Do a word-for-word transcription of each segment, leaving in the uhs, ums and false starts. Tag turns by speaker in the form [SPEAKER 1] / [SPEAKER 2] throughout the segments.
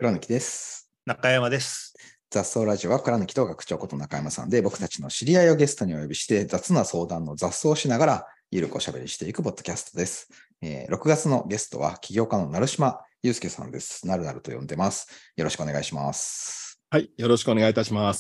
[SPEAKER 1] 倉貫です。
[SPEAKER 2] 中山です。
[SPEAKER 1] 雑草ラジオは倉貫と学長こと中山さんで、僕たちの知り合いをゲストにお呼びして雑な相談の雑草をしながらゆるくおしゃべりしていくポッドキャストです。えー、ろくがつのゲストは起業家の成島祐介さんです。なるなると呼んでます。よろしくお願いします。
[SPEAKER 3] はい、よろしくお願いいたします。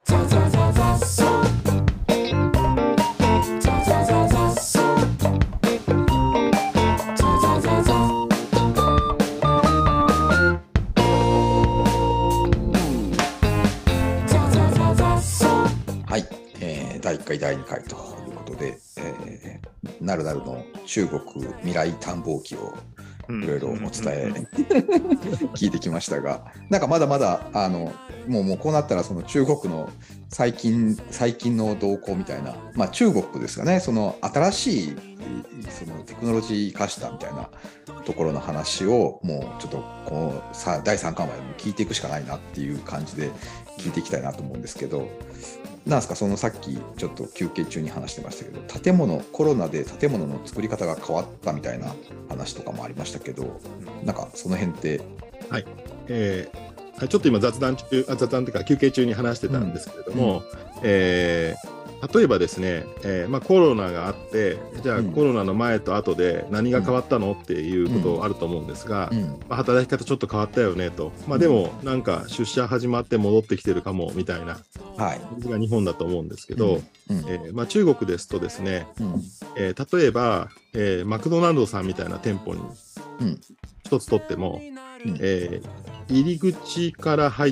[SPEAKER 1] はい、えー、だいいっかいだいにかいということで、えー、なるなるの中国未来探訪記をいろいろお伝え聞いてきましたが、なんかまだまだあのもうもうこうなったらその中国の最近最近の動向みたいな、まあ中国ですかね、その新しいそのテクノロジー化したみたいなところの話をもうちょっとこうさだいさんかんまで聞いていくしかないなっていう感じで聞いていきたいなと思うんですけど、なんですか、そのさっきちょっと休憩中に話してましたけど、建物コロナで建物の作り方が変わったみたいな話とかもありましたけど、なんかその辺って
[SPEAKER 3] はい、えー、ちょっと今雑談中あ雑談というか休憩中に話してたんですけれども、うんうん、えー例えばですね、えーまあ、コロナがあってじゃあコロナの前と後で何が変わったのっていうことあると思うんですが、うんまあ、働き方ちょっと変わったよねと、まあ、でもなんか出社始まって戻ってきてるかもみたいな感じが日本だと思うんですけど、うんうんえーまあ、中国ですとですね、うんえー、例えば、えー、マクドナルドさんみたいな店舗に一つ取っても、うんえー、入り口から入って、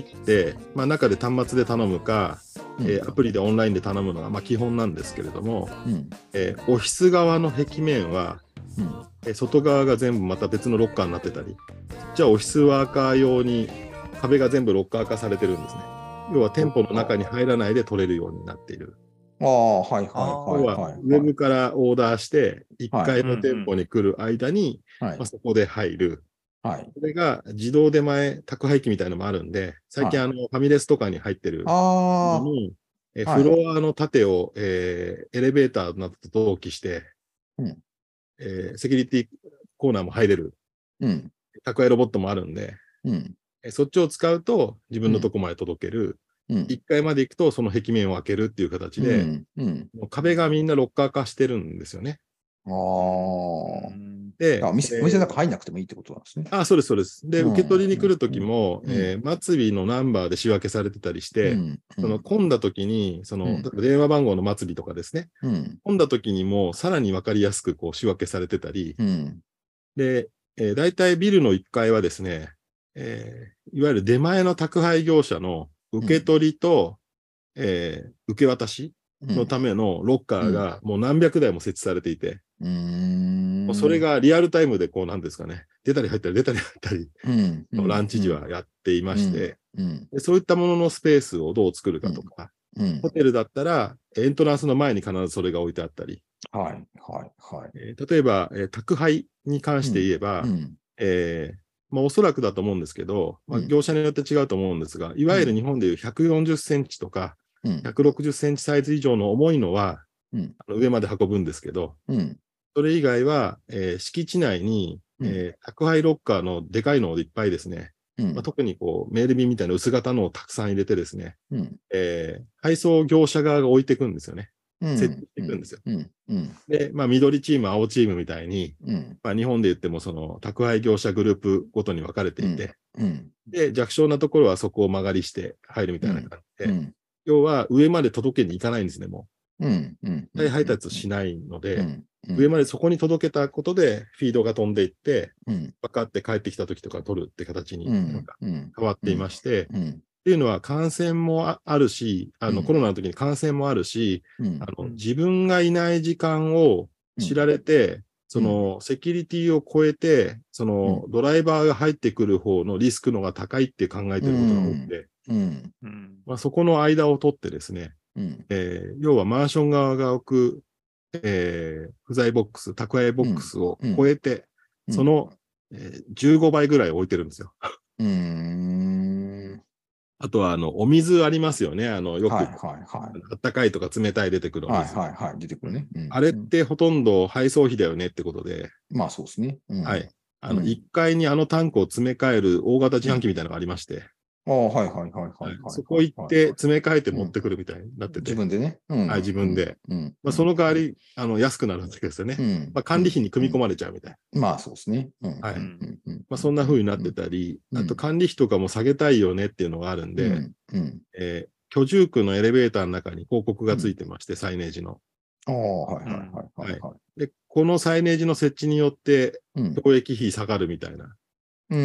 [SPEAKER 3] まあ、中で端末で頼むかうんえー、アプリでオンラインで頼むのがまあ基本なんですけれども、うんえー、オフィス側の壁面は、うんえー、外側が全部また別のロッカーになってたり、じゃあオフィスワーカー用に壁が全部ロッカー化されてるんですね。要は店舗の中に入らないで取れるようになっている。
[SPEAKER 1] ああ、はいはいはい、
[SPEAKER 3] 要はウェブからオーダーしていっかいの店舗に来る間に、はいまあ、そこで入る。はい、それが自動出前宅配機みたいなのもあるんで、最近あの、はい、ファミレスとかに入ってるのに、えフロアの縦を、えー、エレベーターなどと同期して、うんえー、セキュリティコーナーも入れる、うん、宅配ロボットもあるんで、うんえー、そっちを使うと自分のとこまで届ける、うん、いっかいまで行くとその壁面を開けるっていう形で、うんうん、もう壁がみんなロッカー化してるんですよね。
[SPEAKER 1] あで、お店、えー、お店の中入んなくてもいいってことなんですね。
[SPEAKER 3] あ、そうです、そうです。で、うん、受け取りに来るときも、うんえー、末尾のナンバーで仕分けされてたりして、うんうん、その混んだときに、その、うん、電話番号の末尾とかですね、うん、混んだときにもさらに分かりやすくこう仕分けされてたり、うん、で、えー、大体ビルのいっかいはですね、えー、いわゆる出前の宅配業者の受け取りと、うんえー、受け渡しのためのロッカーがもう何百台も設置されていて、うん、もうそれがリアルタイムでこうなんですかね、出たり入ったり出たり入ったり、うんうん、ランチ時はやっていまして、うんうん、でそういったもののスペースをどう作るかとか、うんうん、ホテルだったらエントランスの前に必ずそれが置いてあったり、
[SPEAKER 1] はいはいはい
[SPEAKER 3] えー、例えば、えー、宅配に関して言えば、うんうんえーまあ、おそらくだと思うんですけど、まあ、業者によって違うと思うんですが、いわゆる日本でいうひゃくよんじゅっセンチとか、ひゃくろくじゅっセンチサイズ以上の重いのは、うん、あの上まで運ぶんですけど、うん、それ以外は、えー、敷地内に、えー、宅配ロッカーのでかいのをいっぱいですね、うんまあ、特にこうメール便みたいな薄型のをたくさん入れてですね、うんえー、配送業者側が置いていくんですよね。うん、設置していくんですよ。うんうん、で、まあ、緑チーム、青チームみたいに、うんまあ、日本で言ってもその宅配業者グループごとに分かれていて、うんうん、で、弱小なところはそこを間借りして入るみたいな感じで、うんうん、要は上まで届けに行かないんですね、もう。うんうんうん、配達しないので、うんうん、上までそこに届けたことでフィードが飛んでいって、うん、分かって帰ってきた時とか取るって形になんか変わっていまして、うんうんうん、っていうのは感染もあるし、あの、うん、コロナの時に感染もあるし、うん、あの自分がいない時間を知られて、うん、そのセキュリティを超えて、そのドライバーが入ってくる方のリスクのが高いって考えてることが多くて、うんうんまあ、そこの間を取ってですね、うんえー、要はマンション側が置く、えー、不在ボックス、宅配ボックスを超えて、うん、その、えー、じゅうごばいぐらい置いてるんですよ。うんあとは、あの、お水ありますよね。あの、よく、はいはいはい、あったかいとか冷たい出てくるお水。はいはいはい、出てくるね。うん、あれってほとんど配送費だよねってことで。
[SPEAKER 1] まあそうですね。
[SPEAKER 3] うん、はい。 あの、いっかいにあのタンクを詰め替える大型自販機みたいなのがありまして、
[SPEAKER 1] ああ、はいはいはいはい。
[SPEAKER 3] そこ行って詰め替えて持ってくるみたいになってて。
[SPEAKER 1] 自分でね。
[SPEAKER 3] はい、自分で。まあ、その代わり、あの、安くなるんですよね。まあ、管理費に組み込まれちゃうみたい
[SPEAKER 1] な。まあ、そうですね。
[SPEAKER 3] はい。まあ、そんな風になってたり、あと管理費とかも下げたいよねっていうのがあるんで、え居住区のエレベーターの中に広告がついてまして、サイネージの。
[SPEAKER 1] ああ、はいはいはいはい。
[SPEAKER 3] で、このサイネージの設置によって、教育費下がるみたいな。
[SPEAKER 1] うん。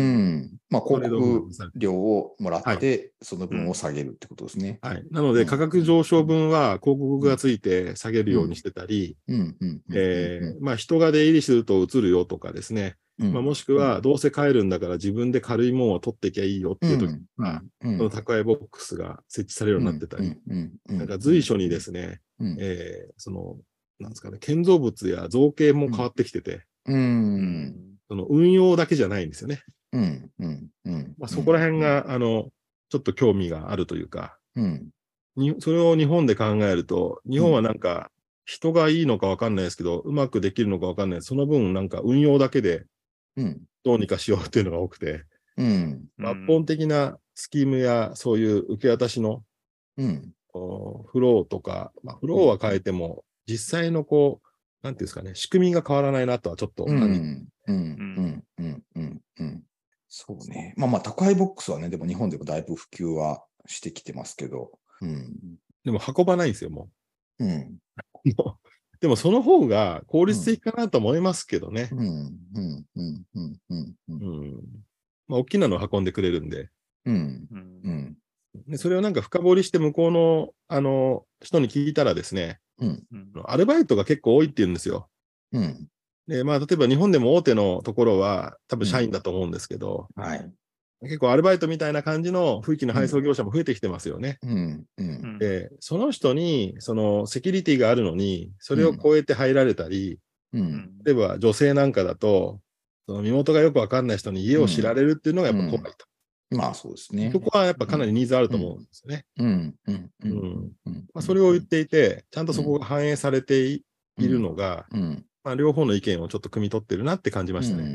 [SPEAKER 1] まあ、広告料をもらって、その分を下げるってことですね。
[SPEAKER 3] はい。なので、価格上昇分は広告がついて下げるようにしてたり、まあ、人が出入りすると映るよとかですね。まあ、もしくは、どうせ帰るんだから自分で軽いものを取っていきゃいいよっていう時は、その宅配ボックスが設置されるようになってたり、なんか随所にですね、えー、その、なんですかね、建造物や造形も変わってきてて、うん、その運用だけじゃないんですよね。うんうんうん、まあ、そこら辺が、うん、あの、ちょっと興味があるというか、うん、にそれを日本で考えると、日本はなんか、人がいいのかわかんないですけど、うまくできるのかわかんない。その分、なんか運用だけで、どうにかしようっていうのが多くて、うん、抜本的なスキームや、そういう受け渡しの、うん、フローとか、まあ、フローは変えても、実際のこう、なんていうんですかね、仕組みが変わらないなとはちょっと感じて、うんうんうんうんうんそうね。まあまあ、宅配ボックスはね、でも日本でもだいぶ普及はしてきてますけど。うん、 でも運ばないんですよ、もう。うん、でもその方が効率的かなと思いますけどね。うん、うん、うん、うん、うん。うん。まあ、大きなのを運んでくれるんで。うん、うん。でそれをなんか深掘りして向こうの、あの、人に聞いたらですね、うん、アルバイトが結構多いって言うんですよ。うん。で、まあ、例えば日本でも大手のところは多分社員だと思うんですけど、うん、はい。結構アルバイトみたいな感じの雰囲気の配送業者も増えてきてますよね。うんうん、で、その人に、そのセキュリティがあるのに、それを超えて入られたり、うん、例えば女性なんかだと、その身元がよくわかんない人に家を知られるっていうのがやっぱ怖いと。
[SPEAKER 1] うん、まあそうですね。
[SPEAKER 3] そこはやっぱかなりニーズあると思うんですよね。それを言っていて、ちゃんとそこが反映されているのが、まあ、両方の意見をちょっと汲み取ってるなって感じましたね。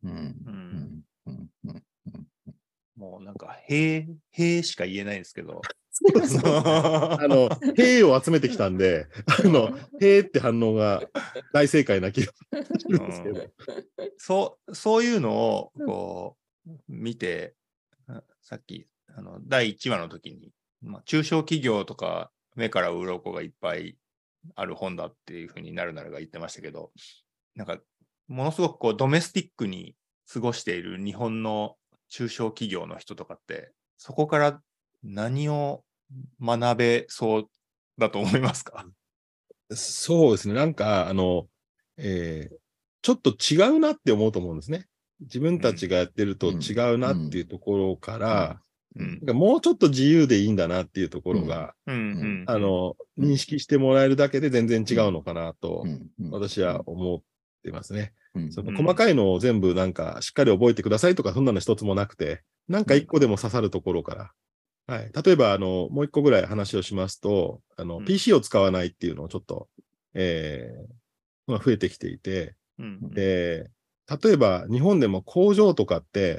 [SPEAKER 2] もうなんか、へえ、へえしか言えないんですけど。
[SPEAKER 3] そうですね。あの、へえを集めてきたんで、あの、へえって反応が大正解な気がするんですけど、うん。
[SPEAKER 2] そう、そういうのを、こう、見て、さっき、あの、だいいちわの時に、まあ、中小企業とか、目から鱗がいっぱいある本だっていうふうになるならが言ってましたけど、なんか、ものすごくこう、ドメスティックに過ごしている日本の中小企業の人とかって、そこから何を学べそうだと思いますか？
[SPEAKER 3] そうですね。なんか、あの、えー、ちょっと違うなって思うと思うんですね。自分たちがやってると違うなっていうところから、うんうん、もうちょっと自由でいいんだなっていうところが、あの、認識してもらえるだけで全然違うのかなと、私は思ってますね。その細かいのを全部なんかしっかり覚えてくださいとかそんなの一つもなくて、なんか一個でも刺さるところから、はい。例えば、あの、もう一個ぐらい話をしますと、あの、うん、ピーシー を使わないっていうのをちょっと、えー、まあ、増えてきていて、うんうん、で、例えば日本でも工場とかって、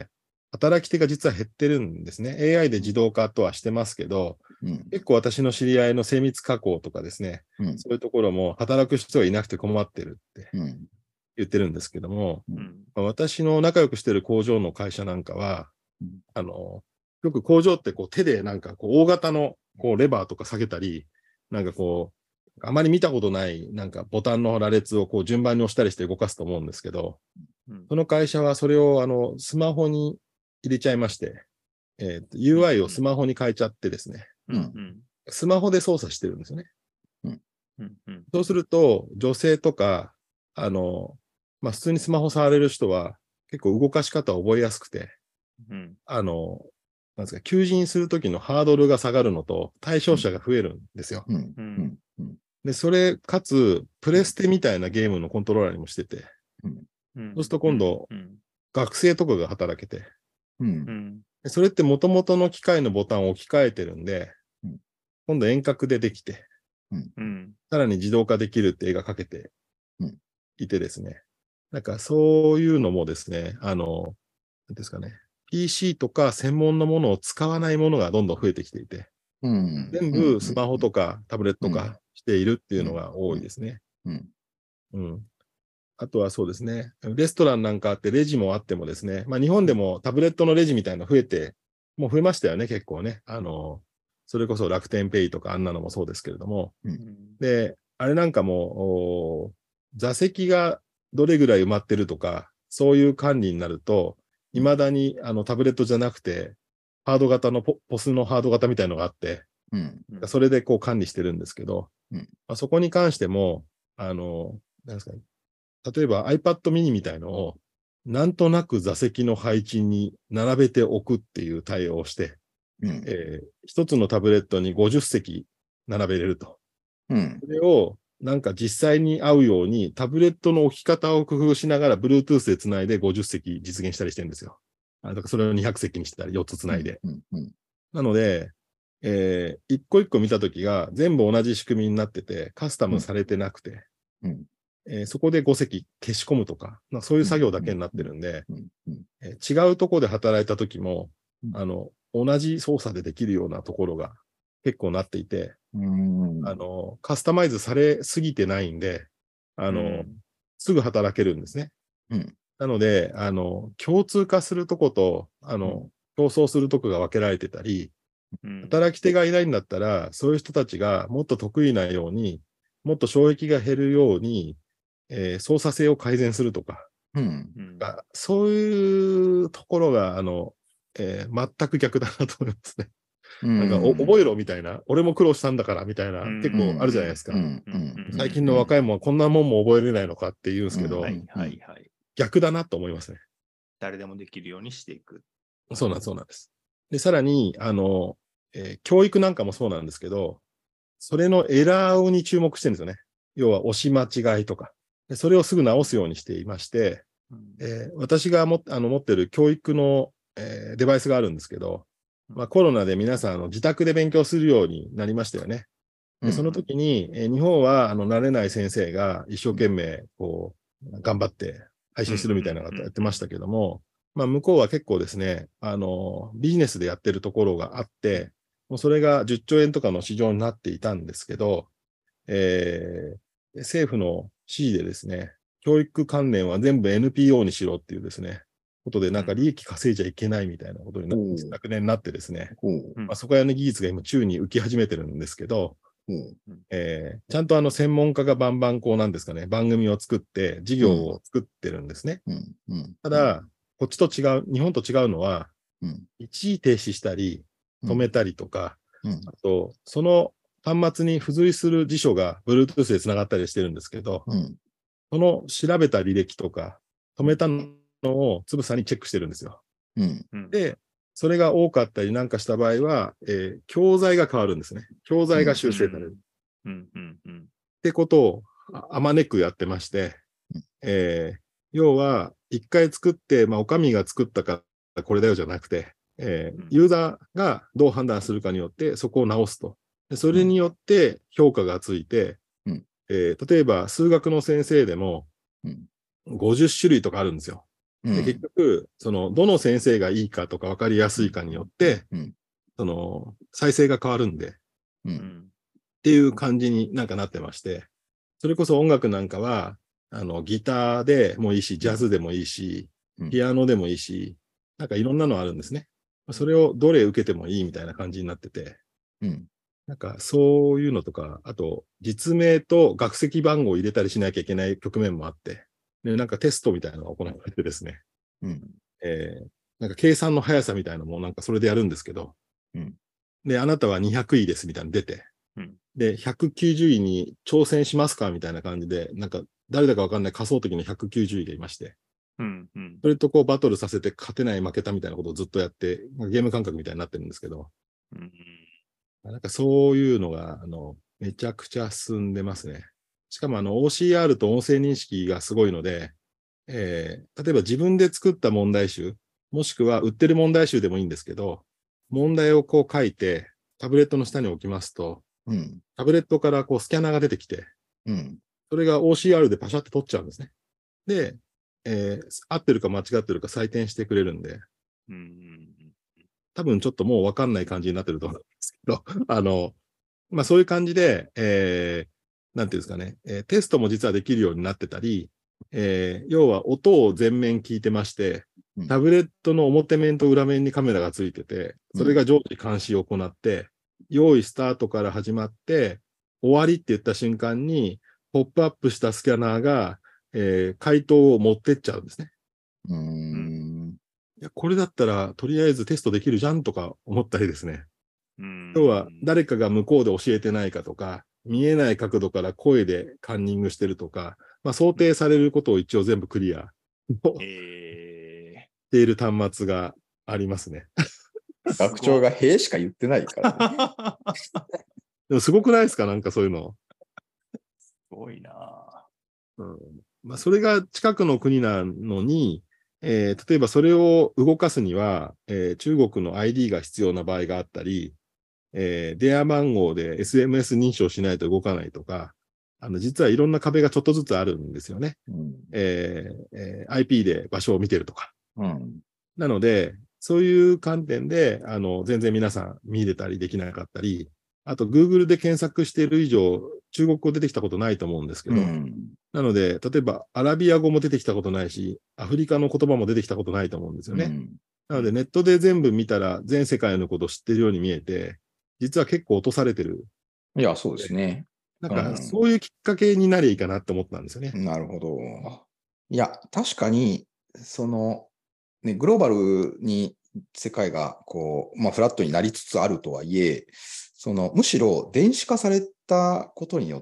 [SPEAKER 3] 働き手が実は減ってるんですね。エーアイ で自動化とはしてますけど、うん、結構私の知り合いの精密加工とかですね、うん、そういうところも働く人がいなくて困ってるって言ってるんですけども、うんまあ、私の仲良くしてる工場の会社なんかは、あの、よく工場ってこう手でなんかこう大型のこうレバーとか下げたり、なんかこう、あまり見たことないなんかボタンの羅列をこう順番に押したりして動かすと思うんですけど、うん、その会社はそれをあのスマホに入れちゃいまして、えー、ユーアイ をスマホに変えちゃってですね、うんうん、スマホで操作してるんですよね。うんうんうん、そうすると、女性とか、あの、まあ、普通にスマホ触れる人は結構動かし方を覚えやすくて、うん、あの、なんですか、求人するときのハードルが下がるのと、対象者が増えるんですよ。うんうんうん、で、それ、かつ、プレステみたいなゲームのコントローラーにもしてて、うん、そうすると今度、うんうん、学生とかが働けて、うん、でそれって元々の機械のボタンを置き換えてるんで、うん、今度遠隔でできて、うん、さらに自動化できるって絵が描けていてですね。 なんかそういうのもですね、あの、なんですかね、ピーシー とか専門のものを使わないものがどんどん増えてきていて、
[SPEAKER 1] うん、
[SPEAKER 3] 全部スマホとかタブレット化しているっていうのが多いですね。
[SPEAKER 1] うん。
[SPEAKER 3] うん。あとはそうですね、レストランなんかあってレジもあってもですね、まあ日本でもタブレットのレジみたいなの増えて、もう増えましたよね、結構ね。あの、それこそ楽天ペイとかあんなのもそうですけれども。
[SPEAKER 1] うん、
[SPEAKER 3] で、あれなんかも、座席がどれぐらい埋まってるとか、そういう管理になると、いまだにあのタブレットじゃなくて、ハード型のポ、ポスのハード型みたいのがあって、
[SPEAKER 1] うん、
[SPEAKER 3] それでこう管理してるんですけど、
[SPEAKER 1] うん
[SPEAKER 3] まあ、そこに関しても、あの、なんですかね、例えば iPad mini みたいのを、なんとなく座席の配置に並べておくっていう対応をして、
[SPEAKER 1] うん
[SPEAKER 3] えー、一つのタブレットにごじゅっ席並べれると。
[SPEAKER 1] うん、
[SPEAKER 3] それをなんか実際に合うようにタブレットの置き方を工夫しながら Bluetooth でつないでごじゅっ席実現したりしてるんですよ。あだからそれをにひゃく席にしたりよっつつないで。
[SPEAKER 1] うんうん、
[SPEAKER 3] なので、えー、一個一個見たときが全部同じ仕組みになっててカスタムされてなくて、
[SPEAKER 1] うん
[SPEAKER 3] えー、そこでご席消し込むとか、まあ、そういう作業だけになってるんで、
[SPEAKER 1] うんうん
[SPEAKER 3] えー、違うところで働いたときも、
[SPEAKER 1] うん
[SPEAKER 3] あの、同じ操作でできるようなところが結構なっていて、
[SPEAKER 1] うん
[SPEAKER 3] あの、カスタマイズされすぎてないんで、あの、
[SPEAKER 2] うん
[SPEAKER 3] すぐ働けるんですね。
[SPEAKER 1] うん
[SPEAKER 3] なので、あの、共通化するとこと、あの、競争するとこが分けられてたり、
[SPEAKER 2] うん
[SPEAKER 3] 働き手がいないんだったら、そういう人たちがもっと得意なように、もっと衝撃が減るように、えー操作性を改善するとか、
[SPEAKER 1] うん
[SPEAKER 2] うん
[SPEAKER 3] あそういうところが、あの、えー全く逆だなと思いますね。なんかお、覚えろみたいな、俺も苦労したんだからみたいな、
[SPEAKER 2] うん
[SPEAKER 3] 結構あるじゃないですか。
[SPEAKER 1] うんうん
[SPEAKER 3] 最近の若いもんはこんなもんも覚えれないのかって言うんですけど、
[SPEAKER 1] うん
[SPEAKER 2] はいはいはい。
[SPEAKER 3] 逆だなと思いますね。
[SPEAKER 2] 誰でもできるようにしていく。
[SPEAKER 3] そうなんです、そうなんです。で、さらに、あの、えー教育なんかもそうなんですけど、それのエラーに注目してるんですよね。要は押し間違いとか。でそれをすぐ直すようにしていまして、
[SPEAKER 2] うん
[SPEAKER 3] えー私がもあの持ってる教育の、えーデバイスがあるんですけど、まあ、コロナで皆さんあの自宅で勉強するようになりましたよね。でその時に、えー日本はあの慣れない先生が一生懸命こう頑張って配信するみたいなことやってましたけども、まあ、向こうは結構ですね、あのビジネスでやってるところがあって、もうそれがじゅっちょうえんとかの市場になっていたんですけど、えー政府の指示でですね、教育関連は全部 エヌピーオー にしろっていうですね、ことで、なんか利益稼いじゃいけないみたいなことになって、
[SPEAKER 1] うん
[SPEAKER 3] 昨年になってですね、
[SPEAKER 1] うん
[SPEAKER 3] まあ、そこら辺の技術が今宙に浮き始めてるんですけど、
[SPEAKER 1] うん
[SPEAKER 3] えーちゃんとあの専門家がバンバンこうなんですかね、番組を作って事業を作ってるんですね。
[SPEAKER 1] うんうん
[SPEAKER 3] ただ、こっちと違う、日本と違うのは、
[SPEAKER 1] うん
[SPEAKER 3] 一時停止したり、止めたりとか、
[SPEAKER 1] うん
[SPEAKER 3] あと、その端末に付随する辞書が Bluetooth でつながったりしてるんですけど、
[SPEAKER 1] うん
[SPEAKER 3] その調べた履歴とか、止めたのをつぶさにチェックしてるんですよ。
[SPEAKER 1] うん
[SPEAKER 2] うん
[SPEAKER 3] で、それが多かったりなんかした場合は、えー教材が変わるんですね。教材が修正される。
[SPEAKER 2] うんうんうん
[SPEAKER 3] ってことをああまねくやってまして
[SPEAKER 1] うん、
[SPEAKER 3] えー要は、一回作って、まあ、お上が作ったからこれだよじゃなくて、えー
[SPEAKER 2] うん
[SPEAKER 3] ユーザーがどう判断するかによってそこを直すと。でそれによって評価がついて、
[SPEAKER 1] うん
[SPEAKER 3] えー例えば数学の先生でも
[SPEAKER 1] うん
[SPEAKER 3] ごじゅっしゅるいとかあるんですよ。
[SPEAKER 1] うん
[SPEAKER 3] で結局、その、どの先生がいいかとか分かりやすいかによって、
[SPEAKER 1] うん
[SPEAKER 3] その、再生が変わるんで、っ
[SPEAKER 1] う
[SPEAKER 2] うんん
[SPEAKER 3] ていう感じになんかなってまして、それこそ音楽なんかは、あの、ギターでもいいし、ジャズでもいいし
[SPEAKER 1] うん、
[SPEAKER 3] ピアノでもいいし、なんかいろんなのあるんですね。それをどれ受けてもいいみたいな感じになってて、
[SPEAKER 1] うん
[SPEAKER 3] なんかそういうのとか、あと、実名と学籍番号を入れたりしなきゃいけない局面もあって、で、なんかテストみたいなのが行われてですね、
[SPEAKER 1] うん
[SPEAKER 3] えーなんか計算の速さみたいなのもなんかそれでやるんですけど、
[SPEAKER 1] うん
[SPEAKER 3] で、あなたはにひゃくいですみたいなの出て、
[SPEAKER 2] うん
[SPEAKER 3] で、ひゃくきゅうじゅういに挑戦しますかみたいな感じで、なんか誰だかわかんない仮想的にひゃくきゅうじゅういがいまして、
[SPEAKER 2] うんうん
[SPEAKER 3] それとこうバトルさせて勝てない負けたみたいなことをずっとやって、ゲーム感覚みたいになってるんですけど、
[SPEAKER 2] うん
[SPEAKER 3] なんかそういうのが、あの、めちゃくちゃ進んでますね。しかもあの オーシーアール と音声認識がすごいので、えー例えば自分で作った問題集、もしくは売ってる問題集でもいいんですけど、問題をこう書いて、タブレットの下に置きますと、
[SPEAKER 1] うん
[SPEAKER 3] タブレットからこうスキャナーが出てきて、
[SPEAKER 1] うん
[SPEAKER 3] それが オーシーアール でパシャって取っちゃうんですね。で、 えー、合ってるか間違ってるか採点してくれるんで、
[SPEAKER 2] うん、
[SPEAKER 3] 多分ちょっともう分かんない感じになってると思うんですけど、あの、まあそういう感じで、えー、なんていうんですかね、えー、テストも実はできるようになってたり、えー、要は音を全面聞いてまして、タブレットの表面と裏面にカメラがついてて、それが常時監視を行って、用意スタートから始まって、終わりって言った瞬間に、ポップアップしたスキャナーが、えー、回答を持ってっちゃうんですね。
[SPEAKER 1] うーん。
[SPEAKER 3] いや、これだったら、とりあえずテストできるじゃんとか思ったりですね。
[SPEAKER 2] うん、
[SPEAKER 3] 要は、誰かが向こうで教えてないかとか、見えない角度から声でカンニングしてるとか、まあ、想定されることを一応全部クリアしている端末がありますね。
[SPEAKER 1] 学長がへえしか言ってないからね。
[SPEAKER 3] でもすごくないですか、なんかそういうの。
[SPEAKER 2] すごいな、
[SPEAKER 3] うんまあ、それが近くの国なのに、えー、例えばそれを動かすには、えー、中国の アイディー が必要な場合があったり、えー、電話番号で エスエムエス 認証しないと動かないとか、あの実はいろんな壁がちょっとずつあるんですよね。うんえーえー、アイピー で場所を見てるとか。うん、なので、そういう観点であの全然皆さん見れたりできなかったり、あと Google で検索している以上、中国語出てきたことないと思うんですけど、うん、なので、例えばアラビア語も出てきたことないし、アフリカの言葉も出てきたことないと思うんですよね。うん、なので、ネットで全部見たら全世界のことを知ってるように見えて、実は結構落とされてる。
[SPEAKER 1] いや、そうですね。
[SPEAKER 3] なんか、そういうきっかけになりゃいいかなって思ったんですよね。
[SPEAKER 1] うん、なるほど。いや、確かに、その、ね、グローバルに世界がこう、まあ、フラットになりつつあるとはいえ、そのむしろ電子化されたことによって、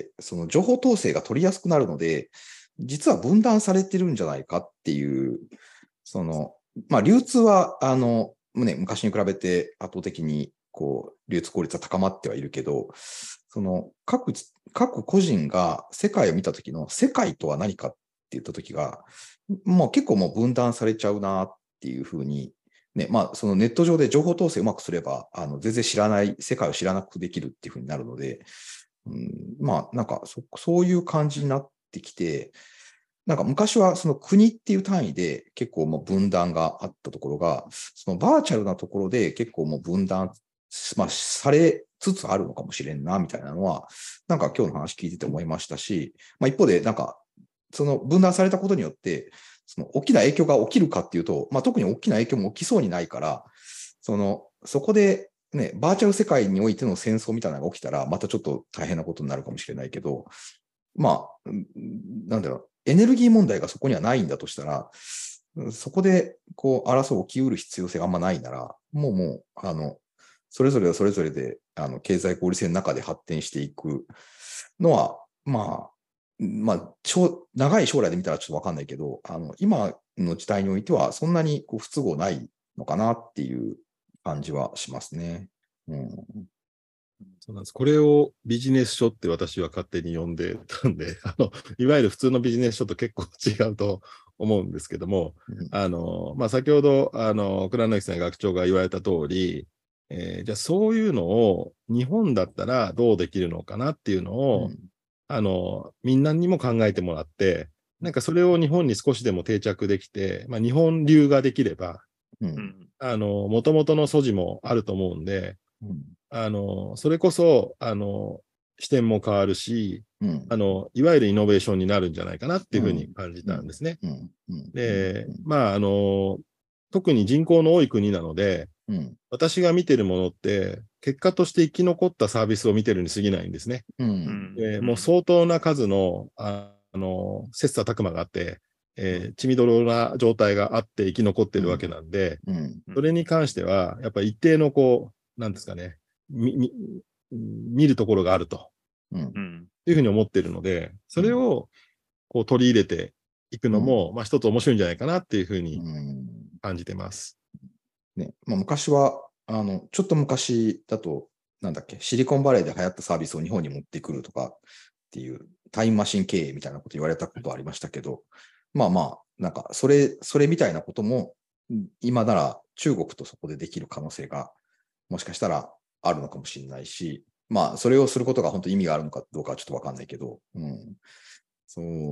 [SPEAKER 1] その情報統制が取りやすくなるので、実は分断されてるんじゃないかっていう、その、まあ、流通は、あの、ね、昔に比べて圧倒的に、こう、流通効率は高まってはいるけど、その、各、各個人が世界を見たときの世界とは何かって言ったときが、もう結構もう分断されちゃうなっていうふうに、ね、まあ、そのネット上で情報統制をうまくすれば、あの、全然知らない、世界を知らなくできるっていうふうになるので、うん、まあ、なんかそ、そういう感じになってきて、なんか昔はその国っていう単位で結構もう分断があったところが、そのバーチャルなところで結構もう分断、まあ、されつつあるのかもしれんな、みたいなのは、なんか今日の話聞いてて思いましたし、まあ一方でなんか、その分断されたことによって、その大きな影響が起きるかっていうと、まあ特に大きな影響も起きそうにないから、その、そこでね、バーチャル世界においての戦争みたいなのが起きたら、またちょっと大変なことになるかもしれないけど、まあ、なんだろう、エネルギー問題がそこにはないんだとしたら、そこで、こう、争う起きうる必要性があんまないなら、もうもう、あの、それぞれはそれぞれで、あの、経済合理性の中で発展していくのは、まあ、まあ、長い将来で見たらちょっとわかんないけど、あの、今の時代においては、そんなにこう不都合ないのかなっていう感じはしますね。うん。
[SPEAKER 3] そうなんです。これをビジネス書って私は勝手に呼んでたんで、あの、いわゆる普通のビジネス書と結構違うと思うんですけども、うん、あの、まあ、先ほど、あの、倉野さん学長が言われた通り、えー、じゃあそういうのを日本だったらどうできるのかなっていうのを、うん、あの、みんなにも考えてもらって、なんかそれを日本に少しでも定着できて、まあ、日本流ができれば、うん、あの、元々の素地もあると思うんで、うんあの、それこそ、あの、視点も変わるし、うん、あの、いわゆるイノベーションになるんじゃないかなっていうふうに感じたんですね。で、まあ、あの、特に人口の多い国なので、うん、私が見てるものって、結果として生き残ったサービスを見てるに過ぎないんですね。うん、でもう相当な数の、あの、切磋琢磨があって、えー、血みどろな状態があって生き残ってるわけなんで、うんうん、それに関しては、やっぱり一定のこう、なんですかね、み、み、見るところがあると、うん、いうふうに思っているので、それをこう取り入れていくのも、うん、まあ一つ面白いんじゃないかなっていうふうに感じてます。
[SPEAKER 1] うん、ね、まあ、昔は、あの、ちょっと昔だと、なんだっけ、シリコンバレーで流行ったサービスを日本に持ってくるとかっていうタイムマシン経営みたいなこと言われたことありましたけど、まあまあ、なんか、それ、それみたいなことも、今なら中国とそこでできる可能性が、もしかしたらあるのかもしれないし、まあ、それをすることが本当に意味があるのかどうかはちょっとわかんないけど、うん。そう、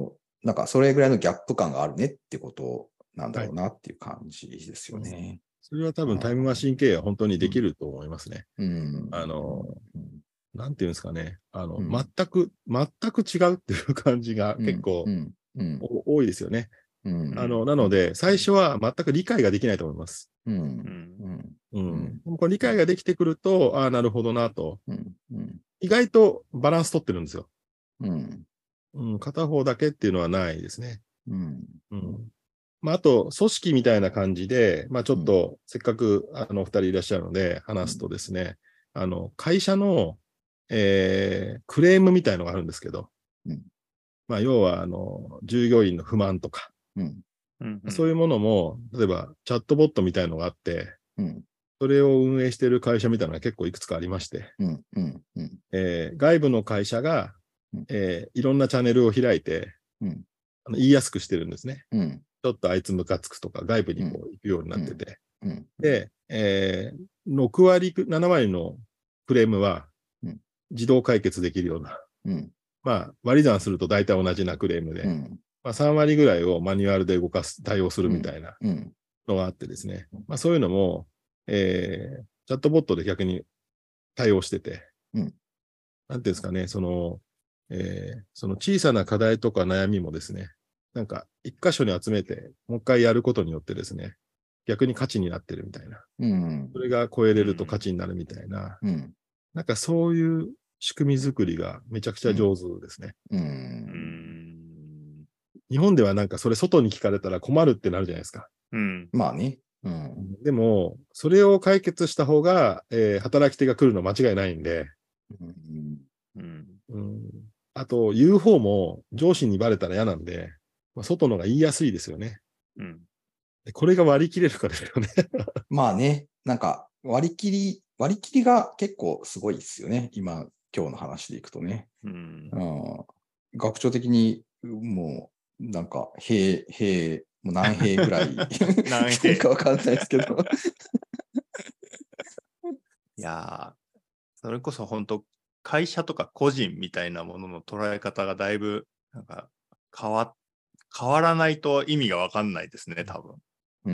[SPEAKER 1] なんかそれぐらいのギャップ感があるねってことなんだろうなっていう感じですよね。はい、
[SPEAKER 3] それは多分タイムマシン経営は本当にできると思いますね。うん、あの、うん、なんていうんですかね、あの、うん、全く、全く違うっていう感じが結構、うんうん、多いですよね。うん、あのなので、最初は全く理解ができないと思います。うんうんうんうん、これ理解ができてくると、ああ、なるほどなと、うんうん。意外とバランス取ってるんですよ。うんうん、片方だけっていうのはないですね。うんうんまあ、あと、組織みたいな感じで、まあ、ちょっと、せっかくあのお二人いらっしゃるので話すとですね、うん、あの会社の、えー、クレームみたいのがあるんですけど、うんまあ、要はあの従業員の不満とか、うんうんうん、そういうものも、例えばチャットボットみたいのがあって、うん、それを運営している会社みたいなのが結構いくつかありまして、うんうんうんえー、外部の会社が、えー、いろんなチャンネルを開いて、うん、あの言いやすくしてるんですね。うんちょっとあいつムカつくとか外部にこう行くようになってて。うんうん、で、えー、ろく割、なな割のクレームは自動解決できるような。うん、まあ、割り算すると大体同じなクレームで、うんまあ、さん割ぐらいをマニュアルで動かす、対応するみたいなのがあってですね。まあ、そういうのも、えー、チャットボットで逆に対応してて、うん、なんていうんですかね、その、えー、その小さな課題とか悩みもですね、なんか一箇所に集めてもう一回やることによってですね、逆に価値になってるみたいな。うん、それが超えれると価値になるみたいな。うん、なんかそういう仕組み作りがめちゃくちゃ上手ですね。うんうん、日本ではなんかそれ外に聞かれたら困るってなるじゃないですか。
[SPEAKER 1] うん、まあね、
[SPEAKER 3] うん。でも、それを解決した方が、えー、働き手が来るの間違いないんで。うんうんうん、あと、言う方も上司にバレたら嫌なんで、まあ、外のが言いやすいですよね。うん、でこれが割り切れるかですよね。
[SPEAKER 1] まあね、なんか割り切り、割り切りが結構すごいですよね。今、今日の話でいくとね。うん、うん学長的にもう、なんか、平、平、もう何平ぐらい、何平かわかんないですけど。
[SPEAKER 2] いやー、それこそ本当、会社とか個人みたいなものの捉え方がだいぶ、なんか変わ、変わらないと意味がわかんないですね、多分。うん、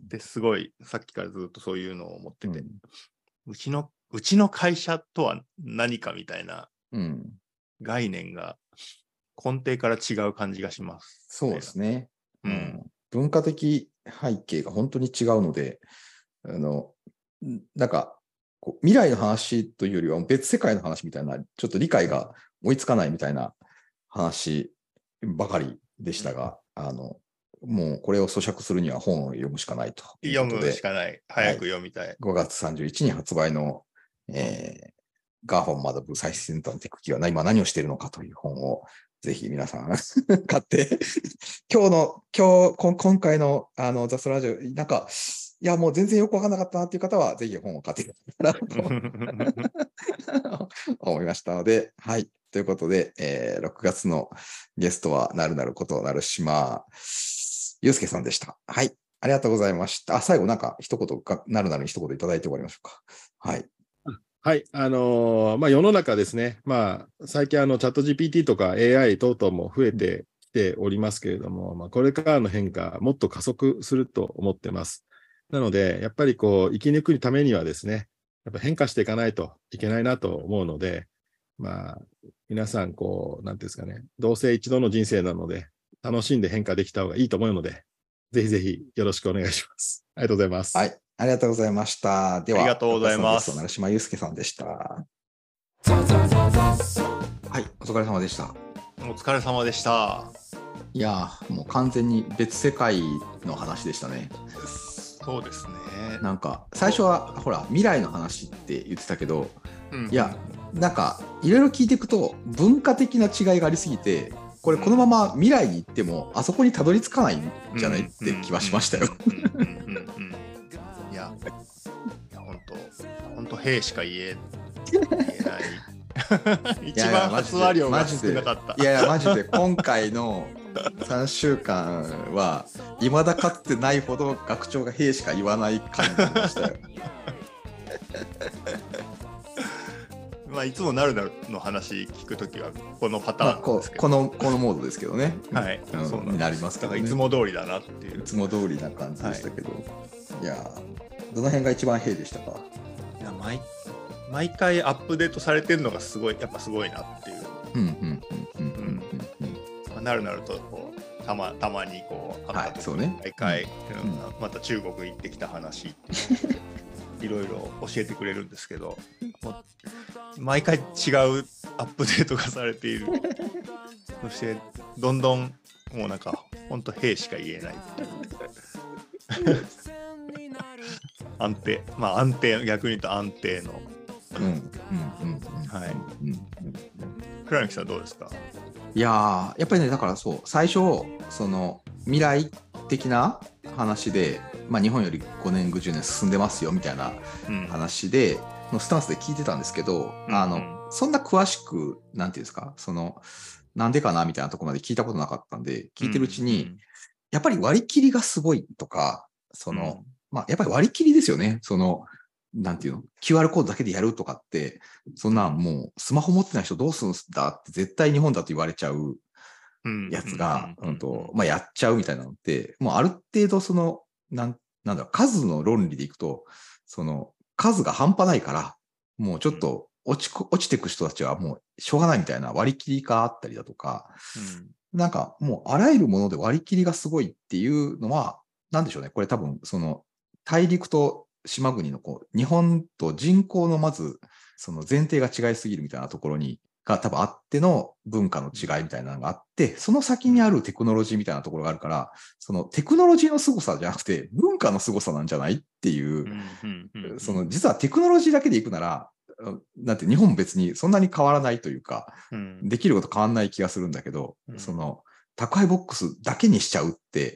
[SPEAKER 2] ですごい、さっきからずっとそういうのを思ってて、うん、うちの、うちの会社とは何かみたいな概念が根底から違う感じがします、
[SPEAKER 1] ね。そうですね、うんうん。文化的背景が本当に違うので、あの、なんか、こう未来の話というよりは別世界の話みたいな、ちょっと理解が追いつかないみたいな話ばかりでしたが、うん、あの、もうこれを咀嚼するには本を読むしかないということで。
[SPEAKER 2] 読むしかない。早く読みたい。はい、
[SPEAKER 1] ごがつさんじゅういちにちに発売の、えー、ガーフォン学ぶ最先端テク企業は今何をしているのかという本をぜひ皆さん買って、今日の、今日、今回のあのザストラジオ、なんか、いや、もう全然よくわかんなかったなっていう方は、ぜひ本を買っていただけたらと思いましたので、はい。ということで、えー、ろくがつのゲストは、なるなることなる島祐介さんでした。はい。ありがとうございました。あ、最後なんか一言か、なるなるに一言いただいて終わりましょうか。はい。
[SPEAKER 3] はい。あのー、まあ、世の中ですね。まあ、最近あの、チャット ジーピーティー とか エーアイ 等々も増えてきておりますけれども、まあ、これからの変化、もっと加速すると思ってます。なので、やっぱりこう、生き抜くためにはですね、やっぱ変化していかないといけないなと思うので、まあ、皆さん、こう、なんていうんですかね、どうせ一度の人生なので、楽しんで変化できた方がいいと思うので、ぜひぜひよろしくお願いします。ありがとうございます。
[SPEAKER 1] はい。ありがとうございました。では、
[SPEAKER 2] ありがとうございます。
[SPEAKER 1] 成島祐介さんでした。はい、お疲れ様でした。
[SPEAKER 2] お疲れ様でした。
[SPEAKER 1] いやー、もう完全に別世界の話でしたね。
[SPEAKER 2] そうですね。
[SPEAKER 1] なんか、最初は、ほら、未来の話って言ってたけど、うん、いや、なんか、いろいろ聞いていくと、文化的な違いがありすぎて、これこのまま未来に行ってもあそこにたどり着かないんじゃないって気はしましたよ。
[SPEAKER 2] いや、本当本当兵しか言え言えない。一番発話量が少なかった。
[SPEAKER 1] いやいやマジで今回のさんしゅうかんは未だかつてないほど学長が兵しか言わない感じでしたよ。
[SPEAKER 2] まあ、いつもなるなるの話聞くときはこのパターンなんですけど、
[SPEAKER 1] まあ、こ, このこのモードですけどね。
[SPEAKER 2] はい、
[SPEAKER 1] うん、そうになりますけどね。
[SPEAKER 2] だからいつも通りだなっていう。
[SPEAKER 1] いつも通りな感じでしたけど、はい、いやどの辺が一番平でしたか？
[SPEAKER 2] いや 毎, 毎回アップデートされてるのがすごいやっぱすごいなっていう。
[SPEAKER 1] うんうんうんうんうんうん。
[SPEAKER 2] まあ、なるなるとこうたまたまにこう
[SPEAKER 1] あった時に
[SPEAKER 2] 毎回、うんうん、また中国行ってきた話っていういろいろ教えてくれるんですけど、もう毎回違うアップデートがされている。そしてどんどんもうなんか本当兵しか言えないっていう安定、まあ安定、逆に言うと安定の。
[SPEAKER 1] うんうんうんうん、
[SPEAKER 2] はい。うん、倉貫さんどうですか？
[SPEAKER 1] いややっぱりね、だからそう最初その未来的な話で、まあ、日本よりごねんじゅうねん進んでますよみたいな話で、うん、のスタンスで聞いてたんですけど、うんうん、あのそんな詳しくなんていうんですか、そのなんでかなみたいなところまで聞いたことなかったんで、聞いてるうちに、うんうん、やっぱり割り切りがすごいとか、その、うん、まあやっぱり割り切りですよね。そのなんていうの キューアール コードだけでやるとかって、そんなもうスマホ持ってない人どうするんだって絶対日本だと言われちゃうやつが、うんと、まあやっちゃうみたいなのって、もうある程度その、なん、なんだろう、数の論理でいくと、その数が半端ないから、もうちょっと落ち、落ちていく人たちはもうしょうがないみたいな割り切りがあったりだとか、うん、なんかもうあらゆるもので割り切りがすごいっていうのは、なんでしょうね。これ多分その大陸と島国のこう日本と人口のまずその前提が違いすぎるみたいなところにが多分あっての文化の違いみたいなのがあって、その先にあるテクノロジーみたいなところがあるから、そのテクノロジーの凄さじゃなくて文化の凄さなんじゃないっていう、その実はテクノロジーだけでいくなら、なんて日本も別にそんなに変わらないというか、できること変わらない気がするんだけど、その宅配ボックスだけにしちゃうって、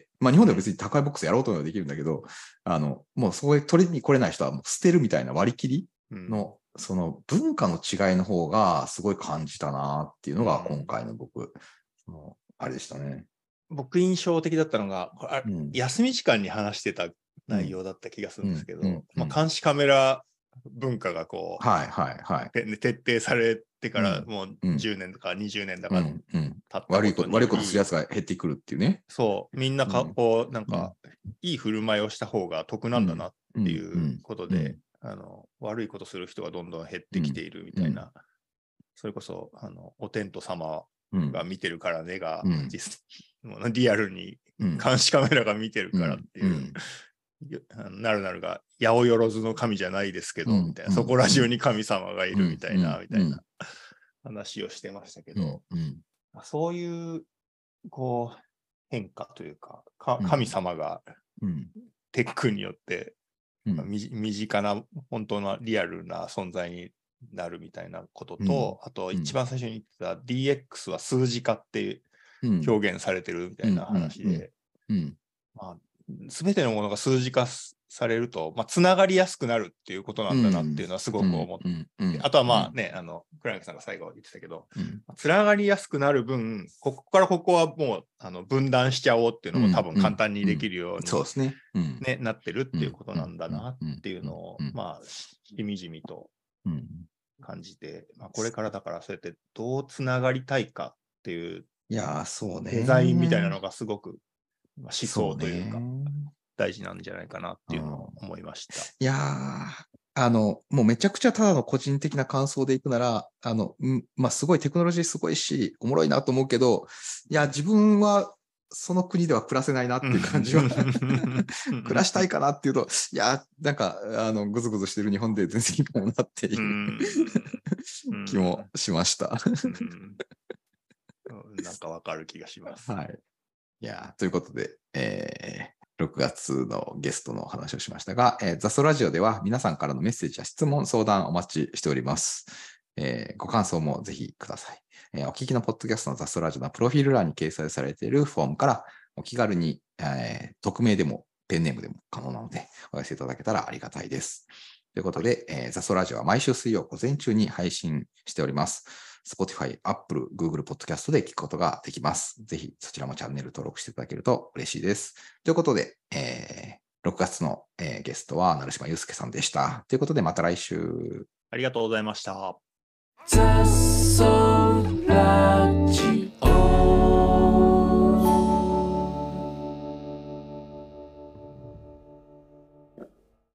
[SPEAKER 1] まあ日本では別に宅配ボックスやろうと思えばできるんだけど、あの、もうそれ取りに来れない人はもう捨てるみたいな割り切りの、うん、その文化の違いの方がすごい感じたなっていうのが今回の僕、うん、そのあれでしたね。
[SPEAKER 2] 僕印象的だったのが、うん、休み時間に話してた内容だった気がするんですけど、うんうんうん、まあ、監視カメラ文化がこう、
[SPEAKER 1] はいはいはい、
[SPEAKER 2] 徹底されてからもうじゅうねんとかにじゅうねんとか経ったことに、
[SPEAKER 1] 悪いこと悪いことするやつが減ってくるっていうね。
[SPEAKER 2] そうみんなか、うん、こうなんか、うん、いい振る舞いをした方が得なんだなっていうことで、うんうん、あの悪いことする人がどんどん減ってきているみたいな、うん、それこそあのお天道様が見てるからねが、うん、実リアルに監視カメラが見てるからっていう。うんうんなるなるが八百万の神じゃないですけど、うん、みたいな、そこら中に神様がいるみたいな、うん、みたいな話をしてましたけど、うん、そういうこう変化というか、か神様がテックによって、うん、身近な本当のリアルな存在になるみたいなことと、あと一番最初に言ってた ディーエックス は数字化って表現されてるみたいな話で、まあ全てのものが数字化されると、まあ、つながりやすくなるっていうことなんだなっていうのはすごく思って、うんうんうん、あとはまあね、あの、倉貫さんが最後言ってたけど、うん、つながりやすくなる分、ここからここはもうあの分断しちゃおうっていうのも多分簡単にできるように、
[SPEAKER 1] そうですね、
[SPEAKER 2] ね、なってるっていうことなんだなっていうのを、まあ、しみじみと感じて、まあ、これからだからそうやってどうつながりたいかっていう、
[SPEAKER 1] いやそうね、
[SPEAKER 2] デザインみたいなのがすごく思想というか大事なんじゃないかなっていうのを思いました。
[SPEAKER 1] いやーあのもうめちゃくちゃただの個人的な感想でいくならあの、まあ、すごいテクノロジーすごいしおもろいなと思うけどいや自分はその国では暮らせないなっていう感じは暮らしたいかなっていうといやなんかあのグズグズしてる日本で全然いいかなっていう気もしました。
[SPEAKER 2] なんかわかる気がします。
[SPEAKER 1] はい。いやということで、えー、ろくがつのゲストのお話をしましたが、えー、ザストラジオでは皆さんからのメッセージや質問、相談お待ちしております。えー、ご感想もぜひください。えー、お聞きのポッドキャストのザストラジオのプロフィール欄に掲載されているフォームからお気軽に、えー、匿名でもペンネームでも可能なのでお寄せいただけたらありがたいです。ということで、えー、ザストラジオは毎週水曜午前中に配信しております。Spotify、Apple、Google Podcast で聞くことができます。ぜひそちらもチャンネル登録していただけると嬉しいです。ということで、えー、ろくがつの、えー、ゲストは成島祐介さんでした。ということでまた来週。
[SPEAKER 2] ありがとうございました。
[SPEAKER 4] 雑草ラジオ